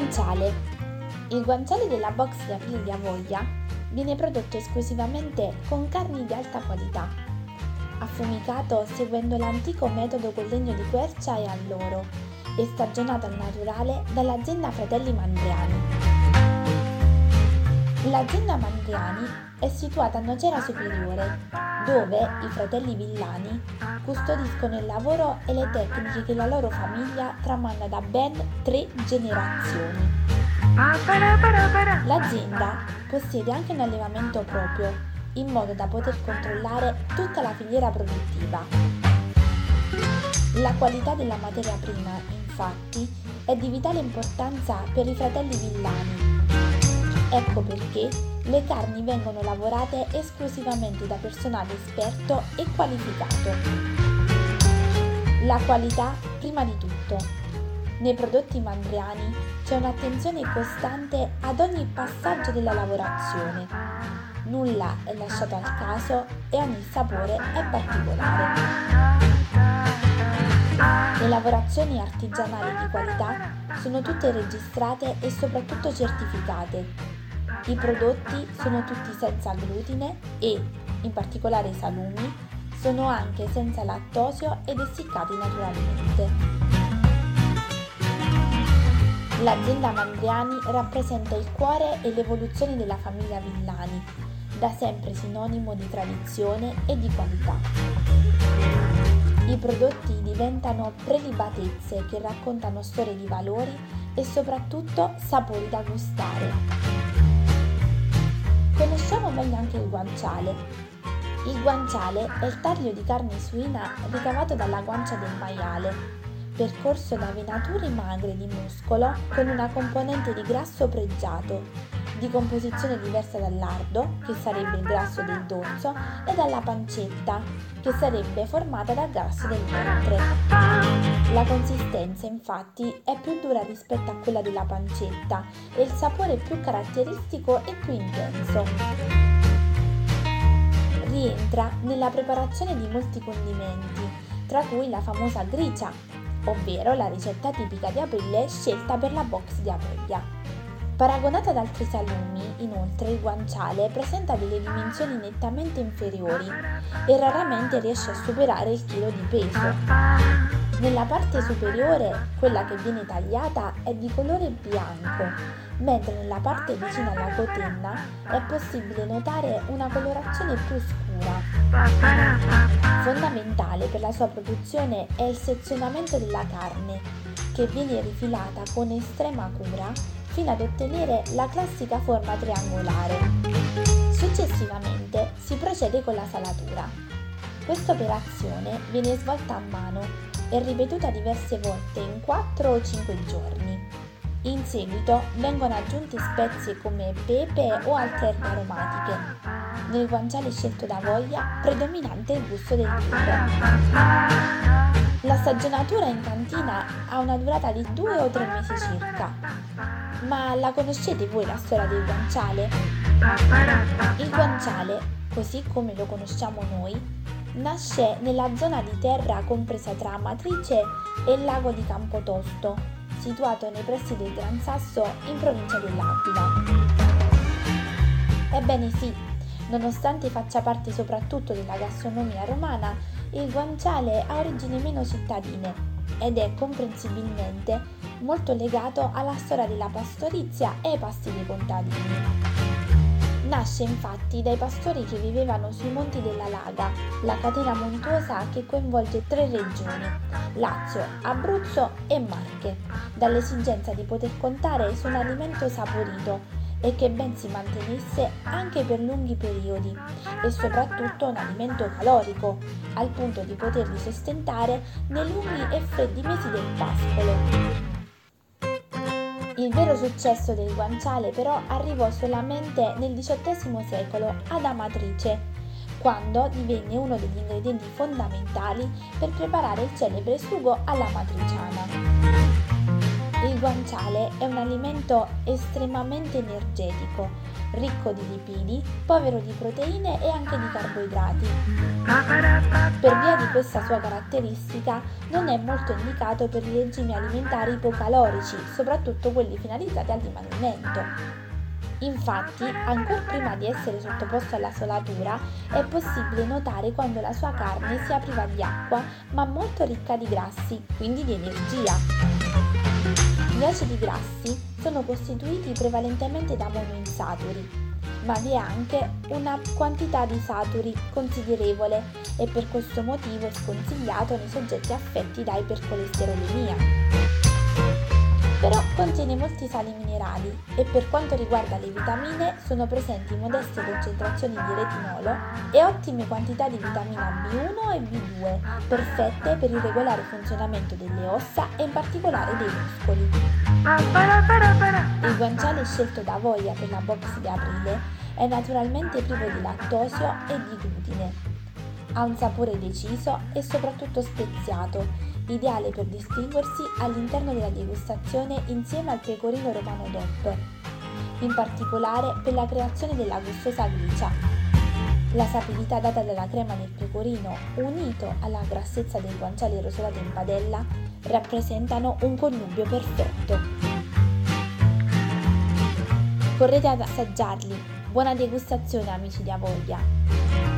Guanciale. Il guanciale della box di Aprile di Avoia viene prodotto esclusivamente con carni di alta qualità, affumicato seguendo l'antico metodo con legno di quercia e alloro e stagionato al naturale dall'azienda Fratelli Mandriani. L'azienda Mandriani è situata a Nocera Superiore, dove i fratelli Villani custodiscono il lavoro e le tecniche che la loro famiglia tramanda da ben 3 generazioni. L'azienda possiede anche un allevamento proprio, in modo da poter controllare tutta la filiera produttiva. La qualità della materia prima, infatti, è di vitale importanza per i fratelli Villani. Ecco perché le carni vengono lavorate esclusivamente da personale esperto e qualificato. La qualità prima di tutto. Nei prodotti mandriani c'è un'attenzione costante ad ogni passaggio della lavorazione. Nulla è lasciato al caso e ogni sapore è particolare. Le lavorazioni artigianali di qualità sono tutte registrate e soprattutto certificate. I prodotti sono tutti senza glutine e, in particolare i salumi, sono anche senza lattosio ed essiccati naturalmente. L'azienda Mandriani rappresenta il cuore e l'evoluzione della famiglia Villani, da sempre sinonimo di tradizione e di qualità. I prodotti diventano prelibatezze che raccontano storie di valori e soprattutto sapori da gustare. Conosciamo meglio anche il guanciale. Il guanciale è il taglio di carne suina ricavato dalla guancia del maiale, percorso da venature magre di muscolo con una componente di grasso pregiato, di composizione diversa dal lardo, che sarebbe il grasso del dorso, e dalla pancetta, che sarebbe formata dal grasso del ventre. La consistenza, infatti, è più dura rispetto a quella della pancetta e il sapore è più caratteristico e più intenso. Rientra nella preparazione di molti condimenti, tra cui la famosa gricia, ovvero la ricetta tipica di Aprile scelta per la box di Avoia. Paragonato ad altri salumi, inoltre, il guanciale presenta delle dimensioni nettamente inferiori e raramente riesce a superare il chilo di peso. Nella parte superiore, quella che viene tagliata è di colore bianco, mentre nella parte vicina alla cotenna è possibile notare una colorazione più scura. Fondamentale per la sua produzione è il sezionamento della carne, che viene rifilata con estrema cura fino ad ottenere la classica forma triangolare. Successivamente si procede con la salatura. Questa operazione viene svolta a mano e ripetuta diverse volte in 4 o 5 giorni. In seguito vengono aggiunte spezie come pepe o altre erbe aromatiche. Nel guanciale scelto da Avoia predominante il gusto del pepe. La stagionatura in cantina ha una durata di 2 o 3 mesi circa. Ma la conoscete voi la storia del guanciale? Il guanciale, così come lo conosciamo noi, nasce nella zona di terra compresa tra Amatrice e il lago di Campotosto, situato nei pressi del Gran Sasso in provincia dell'Aquila. Ebbene sì, nonostante faccia parte soprattutto della gastronomia romana, il guanciale ha origini meno cittadine ed è comprensibilmente molto legato alla storia della pastorizia e ai pasti dei contadini. Nasce infatti dai pastori che vivevano sui monti della Laga, la catena montuosa che coinvolge 3 regioni, Lazio, Abruzzo e Marche, dall'esigenza di poter contare su un alimento saporito e che ben si mantenesse anche per lunghi periodi e soprattutto un alimento calorico, al punto di poterli sostentare nei lunghi e freddi mesi del pascolo. Il vero successo del guanciale però arrivò solamente nel XVIII secolo ad Amatrice, quando divenne uno degli ingredienti fondamentali per preparare il celebre sugo alla matriciana. Il Il guanciale è un alimento estremamente energetico, ricco di lipidi, povero di proteine e anche di carboidrati. Per via di questa sua caratteristica non è molto indicato per i regimi alimentari ipocalorici, soprattutto quelli finalizzati al dimagrimento. Infatti, ancor prima di essere sottoposto alla solatura, è possibile notare quando la sua carne sia priva di acqua, ma molto ricca di grassi, quindi di energia. Gli acidi grassi sono costituiti prevalentemente da monoinsaturi, ma vi è anche una quantità di saturi considerevole e per questo motivo è sconsigliato nei soggetti affetti da ipercolesterolemia. Però contiene molti sali minerali e per quanto riguarda le vitamine sono presenti modeste concentrazioni di retinolo e ottime quantità di vitamina B1 e B2, perfette per il regolare funzionamento delle ossa e in particolare dei muscoli. Il guanciale scelto da Voja per la box di aprile è naturalmente privo di lattosio e di glutine. Ha un sapore deciso e soprattutto speziato, ideale per distinguersi all'interno della degustazione insieme al pecorino romano DOP, in particolare per la creazione della gustosa gricia. La sapidità data dalla crema del pecorino, unito alla grassezza del guanciale rosolato in padella, rappresentano un connubio perfetto. Correte ad assaggiarli. Buona degustazione amici di Avoria!